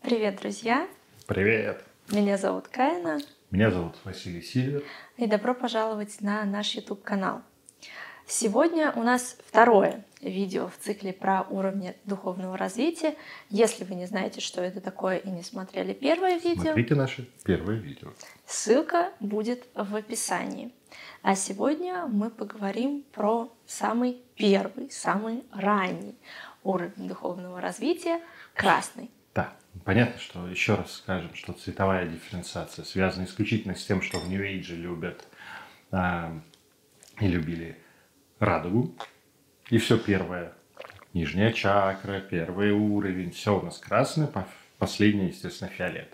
Привет, друзья! Привет! Меня зовут Кайна. Меня зовут Василий Сильвер. И добро пожаловать на наш YouTube-канал. Сегодня у нас второе видео в цикле про уровни духовного развития. Если вы не знаете, что это такое и не смотрели первое видео, Смотрите наше первое видео. Ссылка будет в описании. А сегодня мы поговорим про самый первый, самый ранний уровень духовного развития – красный. Да, понятно, что еще раз скажем, что цветовая дифференциация связана исключительно с тем, что в New Age любят и любили радугу. И все первое, нижняя чакра, первый уровень, все у нас красное, последнее, естественно, фиолет.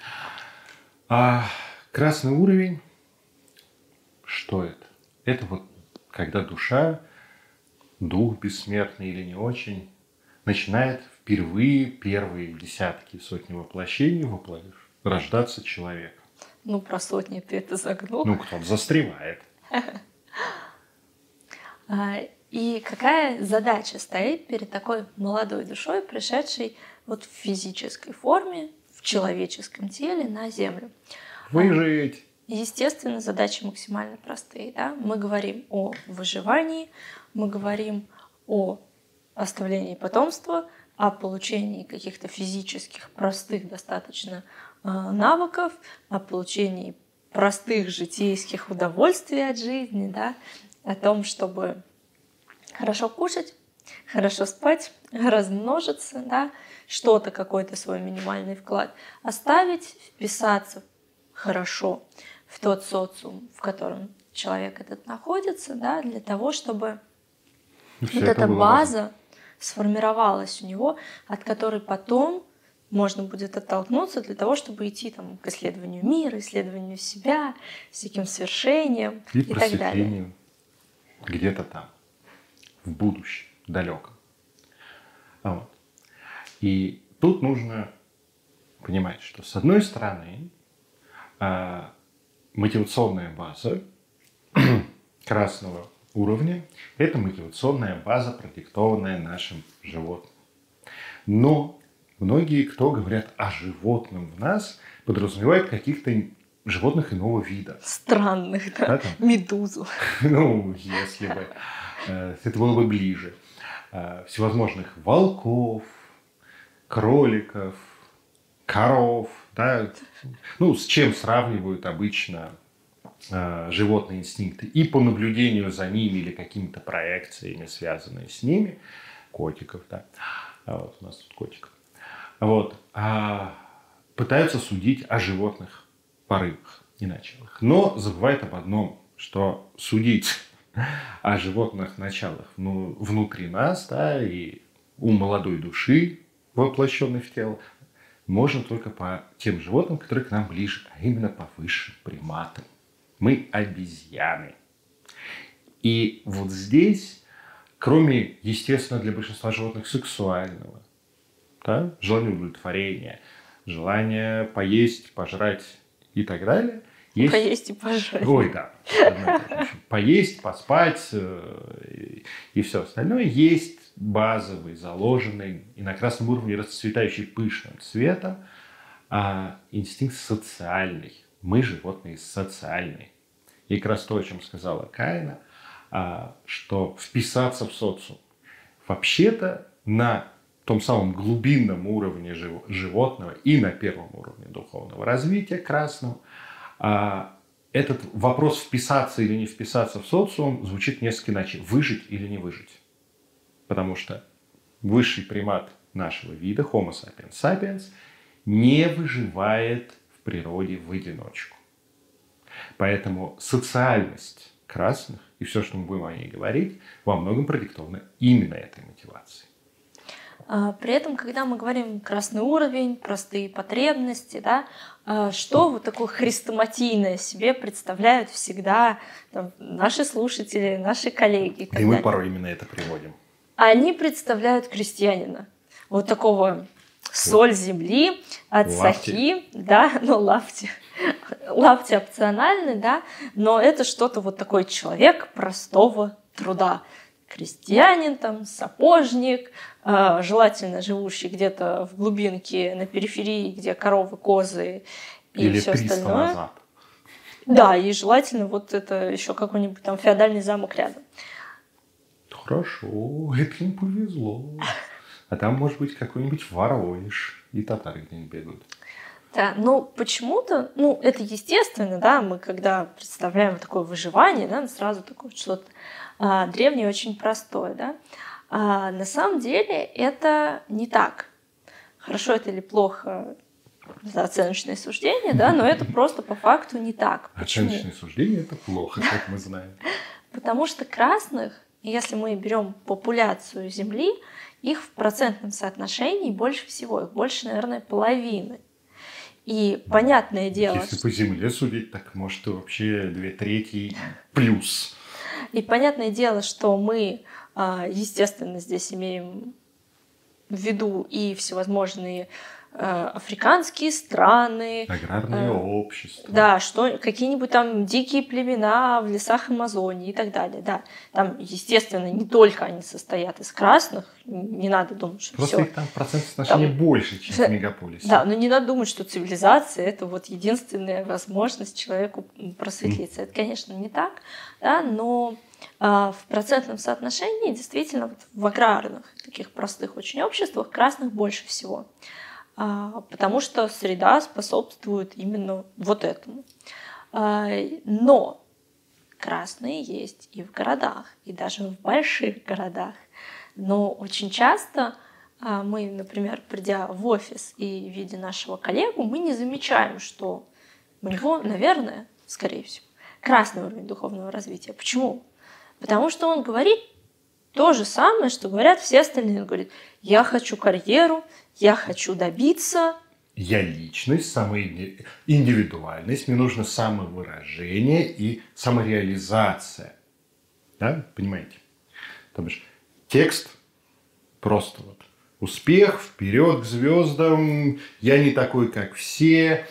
А красный уровень, что это? Это вот когда душа, дух бессмертный или не очень, начинает впервые первые десятки, сотни воплощений рождаться человеком. Ну, про сотни ты это загнул. Ну, кто-то застревает. И какая задача стоит перед такой молодой душой, пришедшей вот в физической форме, в человеческом теле на Землю? Выжить. Естественно, задачи максимально простые. Да? Мы говорим о выживании, мы говорим о оставлении потомства, о получении каких-то физических, простых достаточно навыков, о получении простых житейских удовольствий от жизни, да? О том, чтобы хорошо кушать, хорошо спать, размножиться, да? Что-то, какой-то свой минимальный вклад оставить, вписаться хорошо в тот социум, в котором человек этот находится, да? Для того, чтобы вот эта база сформировалась у него, от которой потом можно будет оттолкнуться для того, чтобы идти там, к исследованию мира, исследованию себя, всяким свершениям и так далее. Где-то там, в будущем, далеком. Вот. И тут нужно понимать, что с одной стороны мотивационная база красного уровня – это мотивационная база, продиктованная нашим животным. Но многие, кто говорят о животном в нас, подразумевают каких-то животных иного вида. Странных, да? Медузу. Ну, если бы. Это было бы ближе. Всевозможных волков, кроликов, коров. Да? Ну, с чем сравнивают обычно животные инстинкты. И по наблюдению за ними или какими-то проекциями, связанными с ними. Котиков, да. Вот у нас тут котик. Вот. Пытаются судить о животных порывах и началах. Но забывают об одном, что судить о животных началах внутри нас, да, и у молодой души, воплощенной в тело, можно только по тем животным, которые к нам ближе, а именно по высшим приматам. Мы обезьяны. И вот здесь, кроме, естественно, для большинства животных сексуального, да, желания удовлетворения, желания поесть, пожрать и так далее. Есть... Поесть и пожрать. Ой, да. Поесть, поспать и все остальное. Есть базовый, заложенный и на красном уровне расцветающий пышным цветом инстинкт социальный. Мы животные социальные. И как раз то, о чем сказала Кайна, что вписаться в социум. Вообще-то на том самом глубинном уровне животного и на первом уровне духовного развития, красном, этот вопрос вписаться или не вписаться в социум звучит несколько иначе. Выжить или не выжить. Потому что высший примат нашего вида, Homo sapiens sapiens, не выживает в природе в одиночку. Поэтому социальность красных и все, что мы будем о ней говорить, во многом продиктовано именно этой мотивацией. При этом, когда мы говорим красный уровень, простые потребности, да, что вот такое хрестоматийное себе представляют всегда там, наши слушатели, наши коллеги. И мы порой именно это приводим. Они представляют крестьянина. Вот такого соль земли, от сахи, да, ну лафти опциональный, да, но это что-то вот такой человек простого труда. крестьянин, там, сапожник, желательно живущий где-то в глубинке на периферии, где коровы, козы и все остальное. Назад. Да, и желательно вот это еще какой-нибудь там феодальный замок рядом. Хорошо, это им повезло. А там может быть какой-нибудь Воронеж, и татары где-нибудь бегают. Да, почему-то, это естественно, да, мы когда представляем такое выживание, да, сразу такое что-то древнее, очень простое, да. А на самом деле это не так. Хорошо это или плохо, это оценочное суждение, да, но это просто по факту не так. Почему? Оценочное суждение – это плохо, как мы знаем. Потому что красных, если мы берем популяцию Земли, их в процентном соотношении больше всего, их больше, наверное, половины. И понятное дело... Если по Земле судить, так может и вообще 2/3 плюс. И понятное дело, что мы, естественно, здесь имеем в виду и всевозможные африканские страны. Аграрные общества. Да, какие-нибудь там дикие племена в лесах Амазонии и так далее. Да, там, естественно, не только они состоят из красных, не надо думать, что просто всё. их там процент соотношения больше, чем в мегаполисе. Да, но не надо думать, что цивилизация – это вот единственная возможность человеку просветлиться. Это, конечно, не так, да, но в процентном соотношении действительно вот в аграрных, таких простых очень обществах красных больше всего. Потому что среда способствует именно вот этому. Но красные есть и в городах, и даже в больших городах. Но очень часто мы, например, придя в офис и видя нашего коллегу, мы не замечаем, что у него, наверное, скорее всего, красный уровень духовного развития. Почему? Потому что он говорит то же самое, что говорят все остальные. Он говорит: я хочу карьеру, я хочу добиться. Я личность, индивидуальность, мне нужно самовыражение и самореализация. Да, понимаете? То бишь текст просто вот успех, вперед к звездам, я не такой, как все.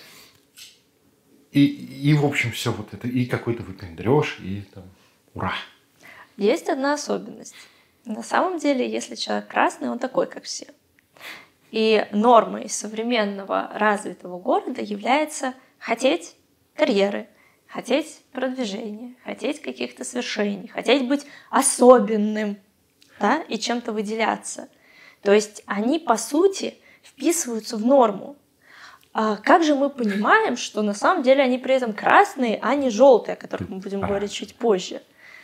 И в общем, все вот это, и какой-то выпендрёж, и там, ура! Есть одна особенность. На самом деле, если человек красный, он такой, как все. И нормой современного развитого города является хотеть карьеры, хотеть продвижения, хотеть каких-то свершений, хотеть быть особенным, да, и чем-то выделяться. То есть они, по сути, вписываются в норму. А как же мы понимаем, что на самом деле они при этом красные, а не желтые, о которых мы будем говорить чуть позже?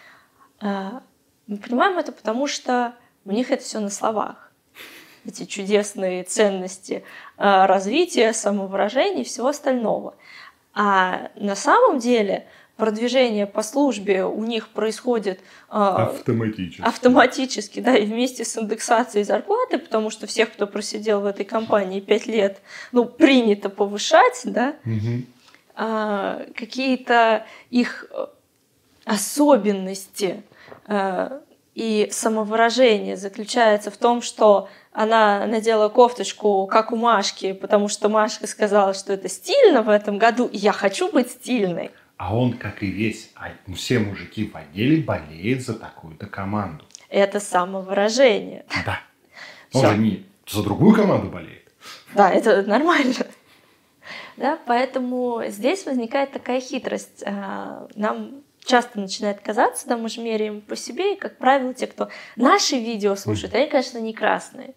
Мы понимаем это потому, что у них это все на словах. Эти чудесные ценности развития, самовыражения и всего остального. А на самом деле продвижение по службе у них происходит автоматически, да, и вместе с индексацией зарплаты, потому что всех, кто просидел в этой компании 5 лет, принято повышать, да, какие-то их особенности и самовыражение заключается в том, что она надела кофточку, как у Машки, потому что Машка сказала, что это стильно в этом году, и я хочу быть стильной. А он, как и все мужики в отделе, болеет за такую-то команду. Это самовыражение. Да. Он же не за другую команду болеет. Да, это нормально. Да, поэтому здесь возникает такая хитрость. Нам часто начинает казаться, да, мы же меряем по себе, и, как правило, те, кто наши видео слушают, они, конечно, не красные.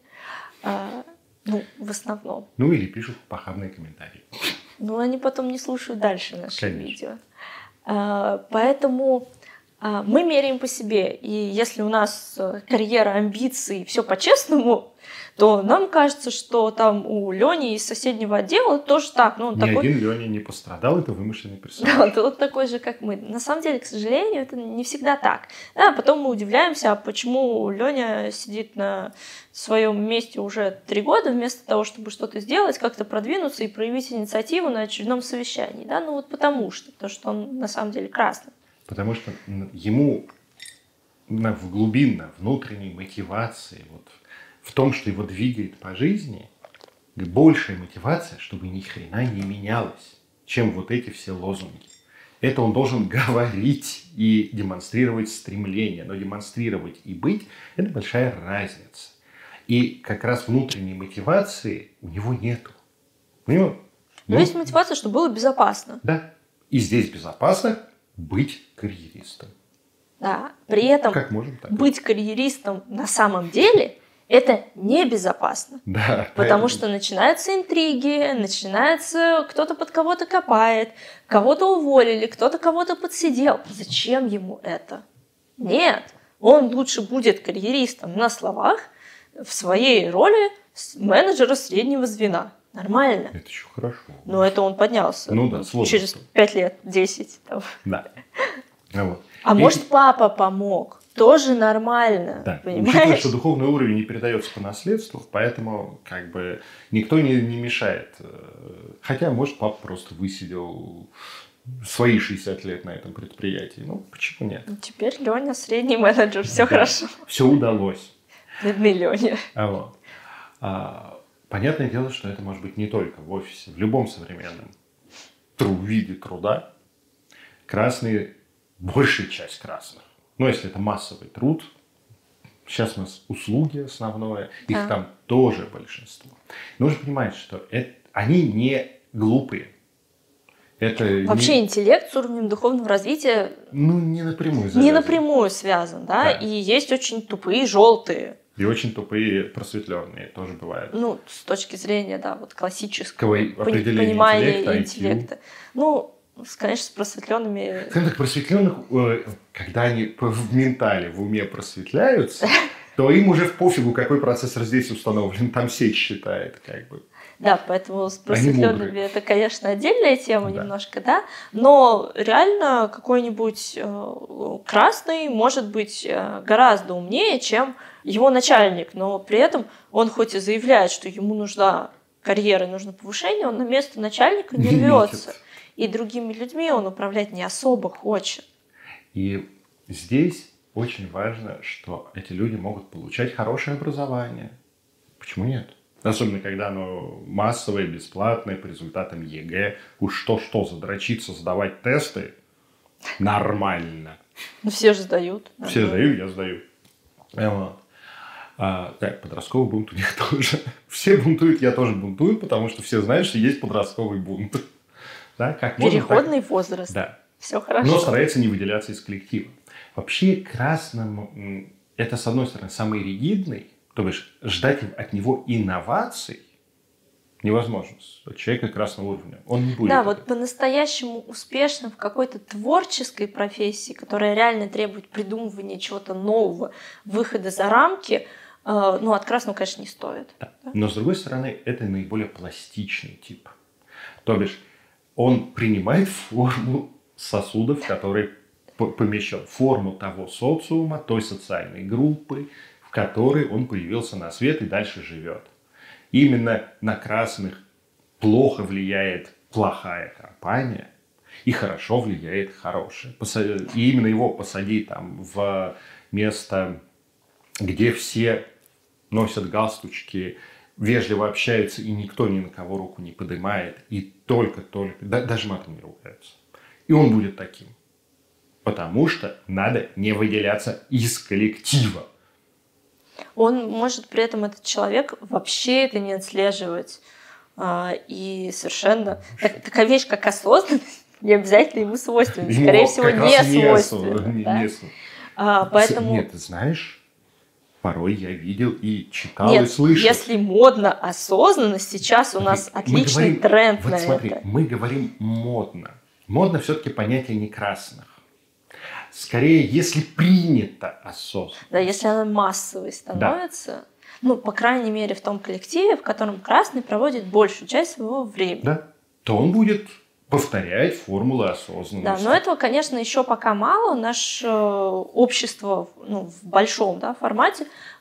В основном. Или пишут похабные комментарии. Они потом не слушают дальше наши видео. Поэтому мы меряем по себе. И если у нас карьера, амбиции, все по-честному, то нам кажется, что там у Лёни из соседнего отдела тоже так. Он Ни такой... один Лёня не пострадал, это вымышленный персонаж. Да, он такой же, как мы. На самом деле, к сожалению, это не всегда так. Да, потом мы удивляемся, почему Лёня сидит на своем месте уже 3 года, вместо того, чтобы что-то сделать, как-то продвинуться и проявить инициативу на очередном совещании. Да? Потому что он на самом деле красный. Потому что ему в глубинной внутренней мотивации, в том, что его двигает по жизни, большая мотивация, чтобы ни хрена не менялось, чем эти все лозунги. Это он должен говорить и демонстрировать стремление. Но демонстрировать и быть – это большая разница. И как раз внутренней мотивации у него нету. У него, Но есть мотивация, чтобы было безопасно. Да. И здесь безопасно быть карьеристом. Да. При этом как можем, так. быть карьеристом на самом деле это небезопасно. Да, потому что начинаются интриги, начинается кто-то под кого-то копает, кого-то уволили, кто-то кого-то подсидел. Зачем ему это? Нет. Он лучше будет карьеристом на словах в своей роли менеджера среднего звена. Нормально. Это еще хорошо. Но это он поднялся. Ну да, сложно. Через 5 лет, 10. Там. Да. Вот. А может, папа помог? Тоже нормально. Да. Понимаешь? Учитывая, что духовный уровень не передается по наследству, поэтому как бы никто не мешает. Хотя, может, папа просто высидел свои 60 лет на этом предприятии. Ну, почему нет? Теперь Леня средний менеджер. Все Да. хорошо. Все удалось. Бедный Леня. Вот. Понятное дело, что это может быть не только в офисе. В любом современном виде труда красные, большая часть красных. Но если это массовый труд, сейчас у нас услуги основное, их там тоже большинство. Нужно понимать, что они не глупые. Это вообще интеллект с уровнем духовного развития не напрямую завязан. Не напрямую связан, да? И есть очень тупые желтые. И очень тупые просветленные тоже бывают. Ну, с точки зрения, да, вот классического определения понимания интеллекта. IQ. Ну, конечно, с просветленными. Скажем так, просветленных, когда они в ментале, в уме просветляются, то им уже в пофигу, какой процессор здесь установлен, там сеть считает, как бы. Да, поэтому с просветленными это, конечно, отдельная тема немножко, да. Но реально какой-нибудь красный может быть гораздо умнее, чем его начальник. Но при этом он хоть и заявляет, что ему нужна карьера, нужно повышение, он на место начальника не рвется. И другими людьми он управлять не особо хочет. И здесь очень важно, что эти люди могут получать хорошее образование. Почему нет? Особенно, когда оно массовое, бесплатное, по результатам ЕГЭ. Уж что-что, задрочиться, сдавать тесты нормально. Ну, все же сдают. Все сдают, я сдаю. Вот. Так, подростковый бунт у них тоже. Все бунтуют, я тоже бунтую, потому что все знают, что есть подростковый бунт. Да, как переходный возраст. Да. Все хорошо. Но старается не выделяться из коллектива. Вообще, красным это, с одной стороны, самый ригидный, то бишь ждать от него инноваций невозможно. От человека красного уровня. Он не будет. Да, вот по-настоящему успешным в какой-то творческой профессии, которая реально требует придумывания чего-то нового, выхода за рамки, от красного, конечно, не стоит. Да. Но, с другой стороны, это наиболее пластичный тип. То бишь, он принимает форму сосудов, который помещен, форму того социума, той социальной группы, в которой он появился на свет и дальше живет. Именно на красных плохо влияет плохая компания, и хорошо влияет хорошая. И именно его посади там в место, где все носят галстучки, вежливо общаются, и никто ни на кого руку не поднимает, и только-только, даже матом не ругаются. И он будет таким. Потому что надо не выделяться из коллектива. Он может при этом, этот человек, вообще это не отслеживать. И совершенно... Такая вещь, как осознанность, не обязательно ему свойственна. Скорее всего, не свойственна. Да? Поэтому... Нет, ты знаешь, порой я видел и читал, и слышал. Если модно осознанность, сейчас у нас отличный тренд на это. Мы говорим модно. Модно все-таки понятие не красных. Скорее, если принято осознанно. Да, если она массовой становится, по крайней мере, в том коллективе, в котором красный проводит большую часть своего времени. Да, то он будет повторять формулы осознанности. Да, но этого, конечно, еще пока мало. Наше общество в большом формате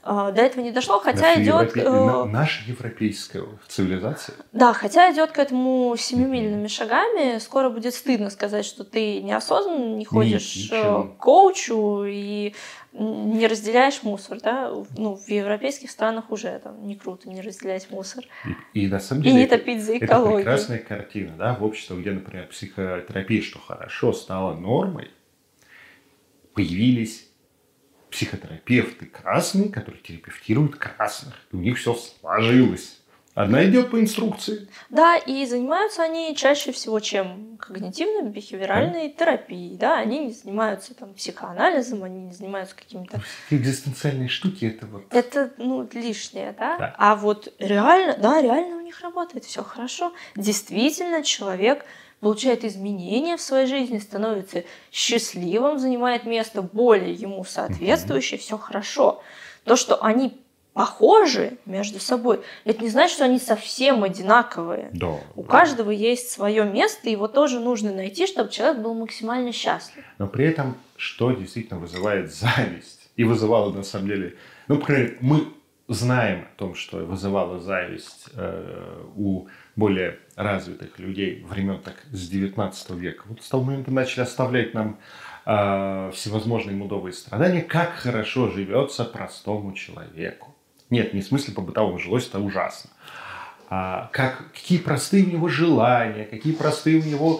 До этого не дошло, хотя идет... Наша европейская цивилизация. Да, хотя идет к этому семимильными шагами. Скоро будет стыдно сказать, что ты неосознанно не ходишь к коучу и не разделяешь мусор. Да? Ну, в европейских странах уже там не круто не разделять мусор. И на самом деле и не топить за экологию. Это прекрасная картина. Да? В обществе, где, например, психотерапия, что хорошо, стала нормой, появились психотерапевты красные, которые терапевтируют красных. И у них все сложилось. Одна идет по инструкции. Да, и занимаются они чаще всего чем когнитивной, бихевиоральной терапией. Да? Они не занимаются там психоанализом, они не занимаются какими-то... Экзистенциальные штуки это вот... Это, лишнее, да? Да. А вот реально у них работает, все хорошо. Действительно, человек получает изменения в своей жизни, становится счастливым, занимает место более ему соответствующее, все хорошо. То, что они похожи между собой, это не значит, что они совсем одинаковые. Да, у каждого есть свое место, и его тоже нужно найти, чтобы человек был максимально счастлив. Но при этом, что действительно вызывает зависть, и вызывало на самом деле... Ну, например, мы знаем о том, что вызывала зависть у более развитых людей времен так с 19 века. Вот с того момента начали оставлять нам всевозможные мудовые страдания, как хорошо живется простому человеку. Нет, не в смысле по-бытовому жилось, это ужасно. Какие простые у него желания, какие простые у него...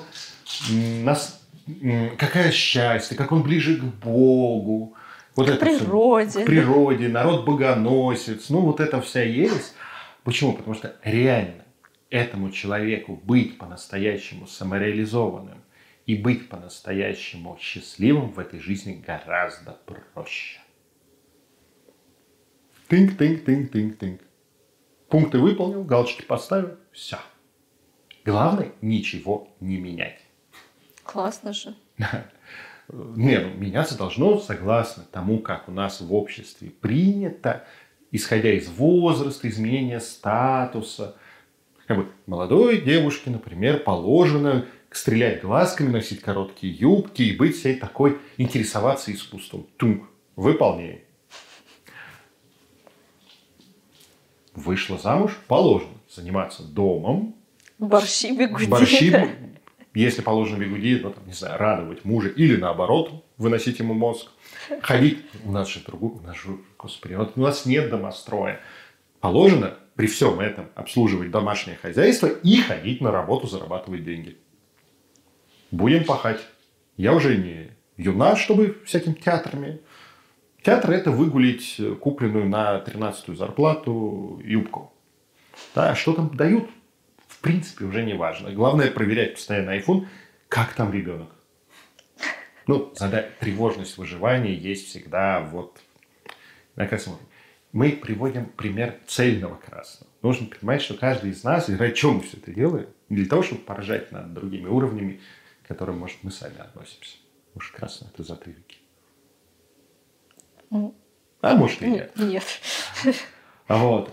какое счастье, как он ближе к Богу. Вот к природе. Все, к природе, народ богоносец. Ну, вот это вся ересь. Почему? Потому что реально этому человеку быть по-настоящему самореализованным и быть по-настоящему счастливым в этой жизни гораздо проще. Тынк. Пункты выполнил, галочки поставил, все. Главное, ничего не менять. Классно же. Меняться должно согласно тому, как у нас в обществе принято, исходя из возраста, изменения статуса. Молодой девушке, например, положено стрелять глазками, носить короткие юбки и быть всей такой, интересоваться искусством. Выполняем. Вышла замуж, положено заниматься домом. Борщи, бигуди. Если положено бигуди, радовать мужа или наоборот, выносить ему мозг. Ходить. У нас же, господи, у нас нет домостроя. Положено при всем этом обслуживать домашнее хозяйство и ходить на работу, зарабатывать деньги. Будем пахать. Я уже не юна, чтобы всякими театрами. Театр – это выгулить купленную на 13-ю зарплату юбку. Да, что там дают, в принципе, уже не важно. Главное проверять постоянно iPhone, как там ребенок. Тревожность выживания есть всегда на красном. Мы приводим пример цельного красного. Нужно понимать, что каждый из нас, и ради чего мы все это делаем, не для того, чтобы поражать над другими уровнями, к которым, может, мы сами относимся. Может, красное – это затылки. Может и нет. Нет. В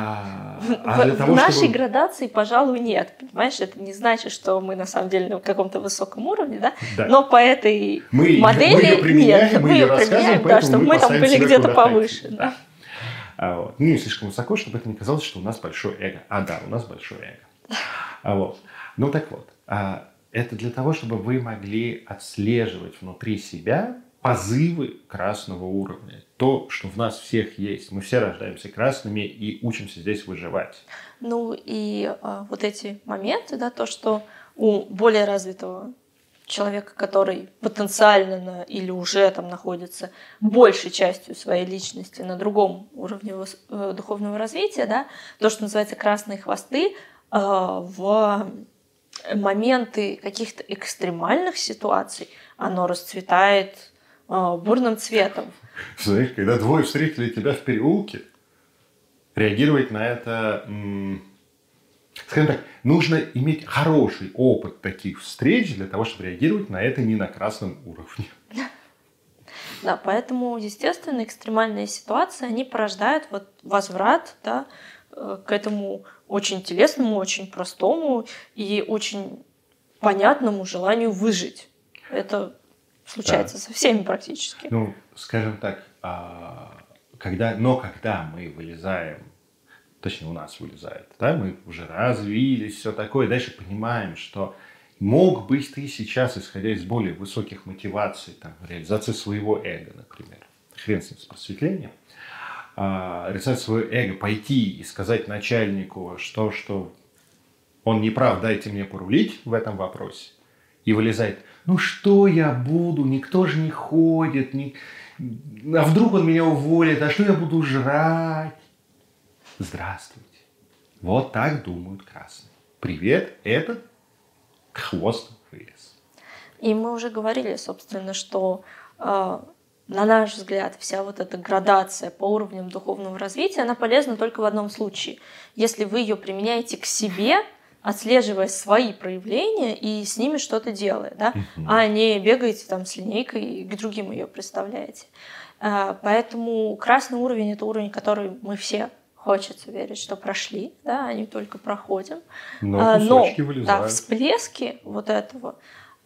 нашей градации, пожалуй, нет. Понимаешь, это не значит, что мы на самом деле на каком-то высоком уровне, да? Да. Но по этой модели мы ее применяем, да, чтобы мы там были где-то повыше. Да. Не слишком высоко, чтобы это не казалось, что у нас большое эго. У нас большое эго. Это для того, чтобы вы могли отслеживать внутри себя позывы красного уровня. То, что в нас всех есть. Мы все рождаемся красными и учимся здесь выживать. И вот эти моменты, да, то, что у более развитого человека, который потенциально или уже там находится большей частью своей личности на другом уровне духовного развития, да, то, что называется красные хвосты, в моменты каких-то экстремальных ситуаций оно расцветает бурным цветом. Знаешь, когда двое встретили тебя в переулке, реагировать на это, скажем так, нужно иметь хороший опыт таких встреч для того, чтобы реагировать на это не на красном уровне. Да, поэтому, естественно, экстремальные ситуации, они порождают возврат, да, к этому очень телесному, очень простому и очень понятному желанию выжить. Это случается со всеми практически. Скажем так, когда мы вылезаем, точнее у нас вылезает, да, мы уже развились, все такое, дальше понимаем, что мог быть ты сейчас, исходя из более высоких мотиваций, там, реализации своего эго, например, хрен с ним, с просветлением, реализовать свое эго, пойти и сказать начальнику, что он не прав, дайте мне порулить в этом вопросе, и вылезает, ну что я буду, никто же не ходит, а вдруг он меня уволит, а что я буду жрать? Здравствуйте. Вот так думают красные. Привет, этот хвост вылез. И мы уже говорили, собственно, что на наш взгляд, вся вот эта градация по уровням духовного развития, она полезна только в одном случае. Если вы ее применяете к себе, отслеживая свои проявления и с ними что-то делая, да? А не бегаете там с линейкой и к другим ее представляете. Поэтому красный уровень – это уровень, который мы все, хочется верить, что прошли, да, а не только проходим. Но вылезают. Да, всплески вот этого,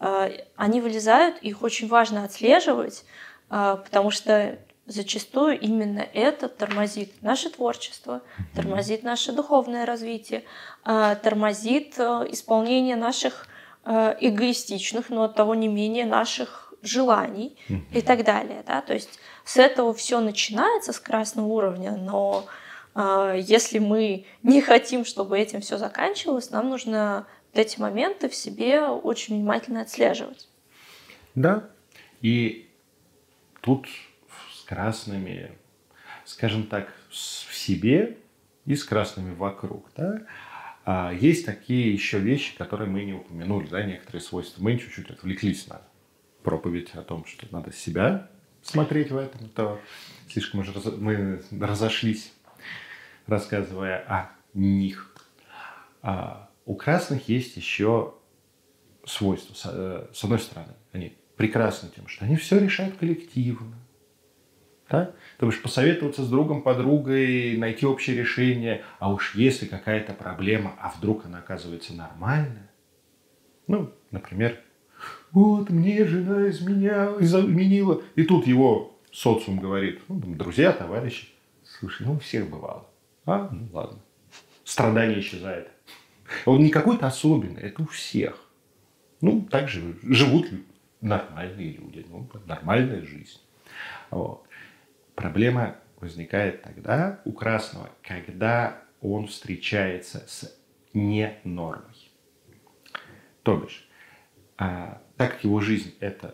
они вылезают, их очень важно отслеживать, потому что зачастую именно это тормозит наше творчество, тормозит наше духовное развитие, тормозит исполнение наших эгоистичных, но оттого не менее наших желаний и так далее. Да? То есть с этого все начинается, с красного уровня, но если мы не хотим, чтобы этим все заканчивалось, нам нужно вот эти моменты в себе очень внимательно отслеживать. Да, и тут с красными, скажем так, в себе и с красными вокруг, да, есть такие еще вещи, которые мы не упомянули, да, некоторые свойства. Мы чуть-чуть отвлеклись на проповедь о том, что надо себя смотреть в этом, то слишком уже мы разошлись, рассказывая о них. У красных есть еще свойства. С одной стороны, они прекрасны тем, что они все решают коллективно. Да? То бишь посоветоваться с другом, подругой, найти общее решение. А уж если какая-то проблема, а вдруг она оказывается нормальная. Ну, например, вот мне жена изменила. И тут его социум говорит, ну, друзья, товарищи, слушай, ну у всех бывало. Ну ладно. Страдание исчезает. Он не какой-то особенный, это у всех. Ну, так же живут нормальные люди, ну, нормальная жизнь. Вот. Проблема возникает тогда у красного, когда он встречается с ненормой. То бишь, так как его жизнь – это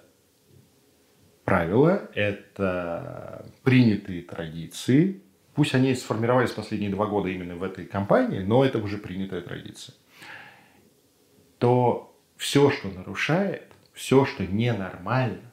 правила, это принятые традиции, пусть они сформировались последние 2 года именно в этой компании, но это уже принятая традиция, то все, что нарушает, все, что ненормально,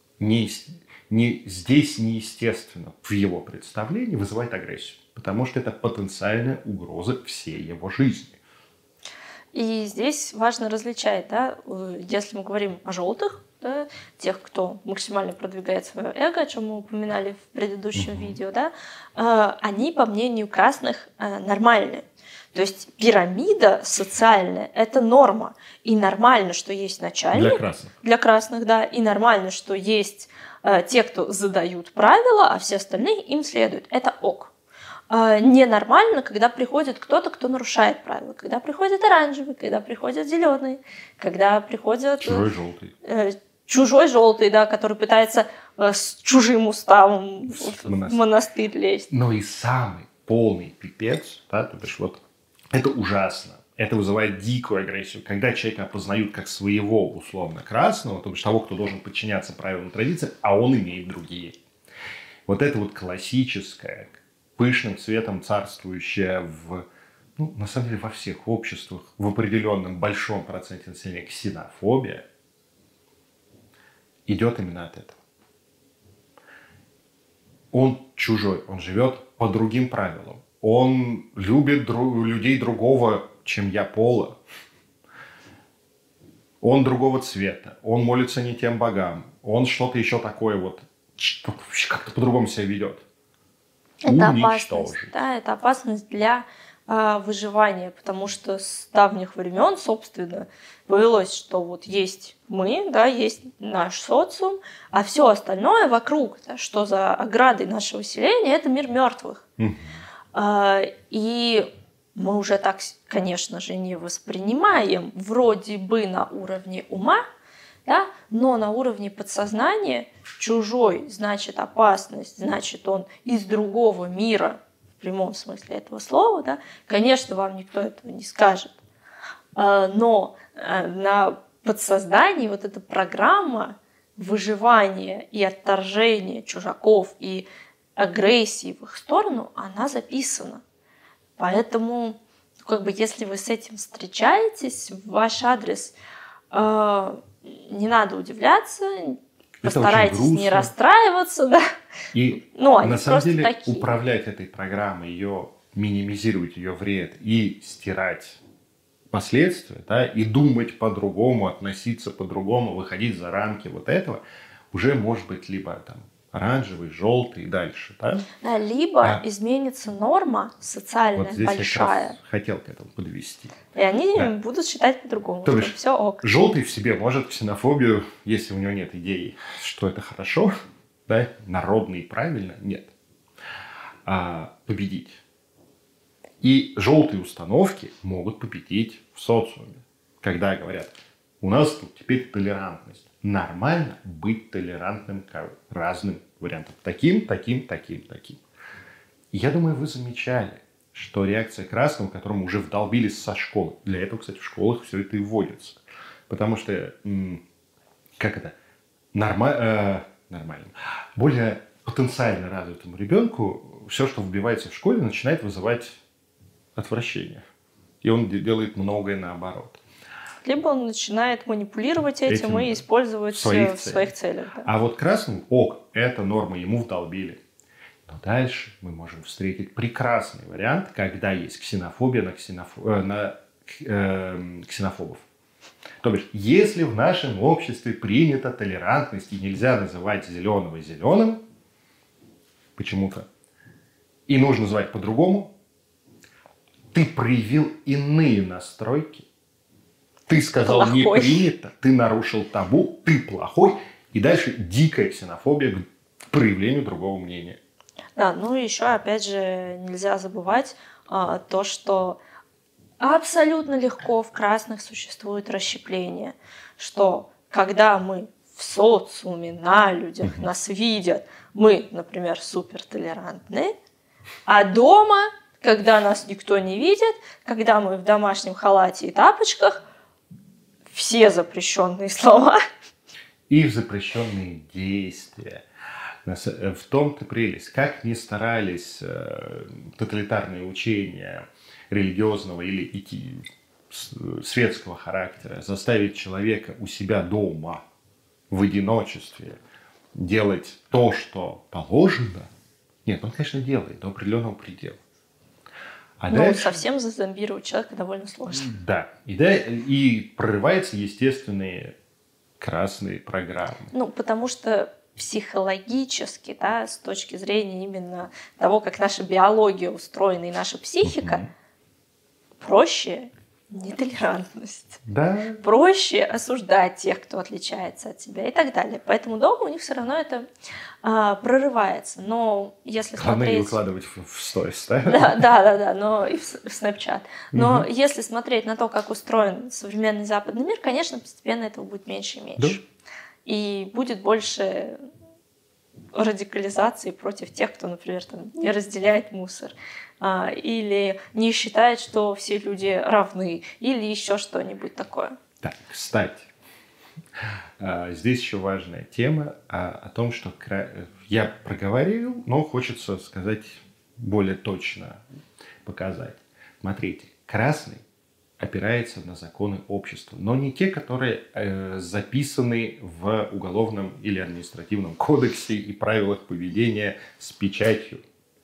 здесь неестественно в его представлении, вызывает агрессию. Потому что это потенциальная угроза всей его жизни. И здесь важно различать, да, если мы говорим о желтых, да, тех, кто максимально продвигает свое эго, о чем мы упоминали в предыдущем видео, да, они, по мнению красных, нормальные. То есть пирамида социальная – это норма. И нормально, что есть начальник. Для красных. Для красных, да. И нормально, что есть те, кто задают правила, а все остальные им следуют. Это ок. Ненормально, когда приходит кто-то, кто нарушает правила. Когда приходят оранжевые, когда приходят зеленые, когда приходят... Чужой желтый. Чужой желтый, да, который пытается с чужим уставом в монастырь лезть. Но и самый полный пипец, да, то бишь вот это ужасно. Это вызывает дикую агрессию, когда человека опознают как своего условно красного, то бишь того, кто должен подчиняться правилам и традициям, а он имеет другие. Вот это вот классическое, пышным цветом царствующее на самом деле во всех обществах, в определенном большом проценте населения ксенофобия, идет именно от этого. Он чужой, он живет по другим правилам. Он любит людей другого, чем я, пола. Он другого цвета. Он молится не тем богам. Он что-то еще такое вот, как-то по-другому себя ведет. Это опасность, да, это опасность для выживания, потому что с давних времен, собственно, повелось, что вот есть мы, да, есть наш социум, а все остальное вокруг, да, что за оградой нашего селения, это мир мертвых. И мы уже так, конечно же, не воспринимаем вроде бы на уровне ума, да, но на уровне подсознания чужой значит опасность, значит он из другого мира, в прямом смысле этого слова, да, конечно, вам никто этого не скажет. Но на подсознании вот эта программа выживания и отторжения чужаков и агрессии в их сторону, она записана. Поэтому, как бы, если вы с этим встречаетесь, в ваш адрес не надо удивляться, постарайтесь не расстраиваться, да. И на самом деле такие. Управлять этой программой, ее минимизировать ее вред и стирать последствия, да, и думать по-другому, относиться по-другому, выходить за рамки вот этого, уже может быть либо там оранжевый, желтый и дальше, да? Да, либо изменится норма социальная вот здесь большая. Я как раз хотел к этому подвести. И они будут считать по-другому. То есть все ок. Желтый в себе может ксенофобию, если у него нет идеи, что это хорошо, да, народно и правильно, нет, победить. И желтые установки могут победить в социуме, когда говорят, у нас тут теперь толерантность. Нормально быть толерантным к разным вариантам. Таким. И я думаю, вы замечали, что реакция красного, которому уже вдолбились со школы. Для этого, кстати, в школах все это и вводится. Потому что, нормально, более потенциально развитому ребенку все, что вбивается в школе, начинает вызывать отвращение. И он делает многое наоборот. Либо он начинает манипулировать этим и использовать в своих целях. Да. А вот красным, эта норма ему вдолбили. Но дальше мы можем встретить прекрасный вариант, когда есть ксенофобия на ксенофобов. То бишь, если в нашем обществе принята толерантность и нельзя называть зеленого зеленым, почему-то, и нужно называть по-другому, ты проявил иные настройки, ты сказал плохой. Не принято, ты нарушил табу, ты плохой. И дальше дикая ксенофобия к проявлению другого мнения. Да, ну и еще, опять же, нельзя забывать то, что абсолютно легко в красных существует расщепление. Что когда мы в социуме, на людях нас видят, мы, например, супертолерантны, а дома, когда нас никто не видит, когда мы в домашнем халате и тапочках, все запрещенные слова. И запрещенные действия. В том-то прелесть. Как ни старались тоталитарные учения религиозного или светского характера заставить человека у себя дома, в одиночестве, делать то, что положено, нет, он, конечно, делает до определенного предела. Но дальше, совсем зазомбировать человека довольно сложно. Да. И прорываются естественные красные программы. Потому что психологически, да, с точки зрения именно того, как наша биология устроена и наша психика, проще нетолерантность. Да. Проще осуждать тех, кто отличается от тебя и так далее. Поэтому дома у них все равно это прорывается. Но если главное смотреть... не выкладывать в сторис, да? Да, но и в Snapchat. Но если смотреть на то, как устроен современный западный мир, конечно, постепенно этого будет меньше и меньше. Да. И будет больше радикализации против тех, кто, например, не разделяет мусор, или не считает, что все люди равны, или еще что-нибудь такое. Так, кстати, здесь еще важная тема о том, что я проговорил, но хочется сказать более точно, показать. Смотрите, красный опирается на законы общества, но не те, которые записаны в уголовном или административном кодексе и правилах поведения с печатью.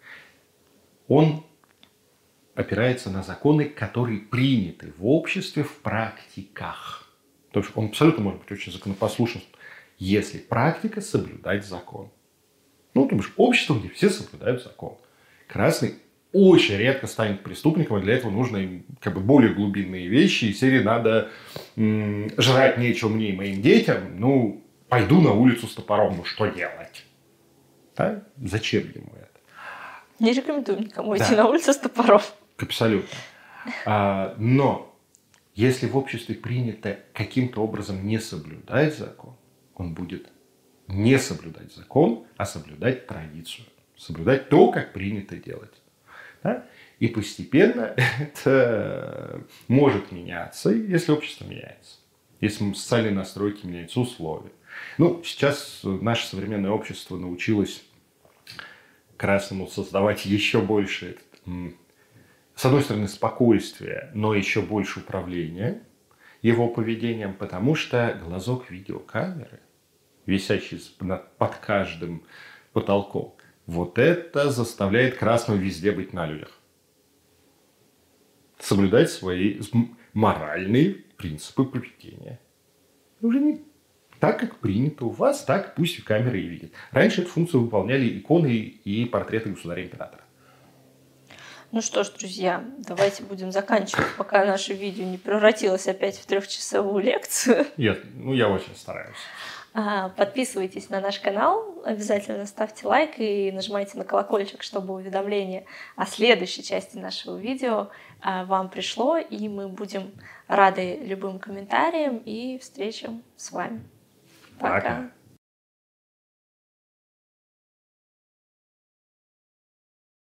Он опирается на законы, которые приняты в обществе в практиках. То есть он абсолютно может быть очень законопослушным, если практика соблюдать закон. То бишь общество, где все соблюдают закон. Красный очень редко станет преступником, и для этого нужно им как бы более глубинные вещи. Из серии надо жрать нечего мне и моим детям, ну, пойду на улицу с топором, ну, что делать? Да? Зачем ему это? Не рекомендую никому идти на улицу с топором. Абсолютно. Но если в обществе принято каким-то образом не соблюдать закон, он будет не соблюдать закон, а соблюдать традицию. Соблюдать то, как принято делать. Да? И постепенно это может меняться, если общество меняется. Если социальные настройки меняются, условия. Ну, сейчас наше современное общество научилось как раз создавать еще больше, с одной стороны, спокойствие, но еще больше управления его поведением, потому что глазок видеокамеры, висящий под каждым потолком, вот это заставляет красного везде быть на людях. Соблюдать свои моральные принципы поведения. Уже не так, как принято у вас, так пусть камера и видит. Раньше эту функцию выполняли иконы и портреты государя-императора. Ну что ж, друзья, давайте будем заканчивать, пока наше видео не превратилось опять в 3-часовую лекцию. Я очень стараюсь. Подписывайтесь на наш канал, обязательно ставьте лайк и нажимайте на колокольчик, чтобы уведомление о следующей части нашего видео вам пришло, и мы будем рады любым комментариям и встречам с вами. Пока!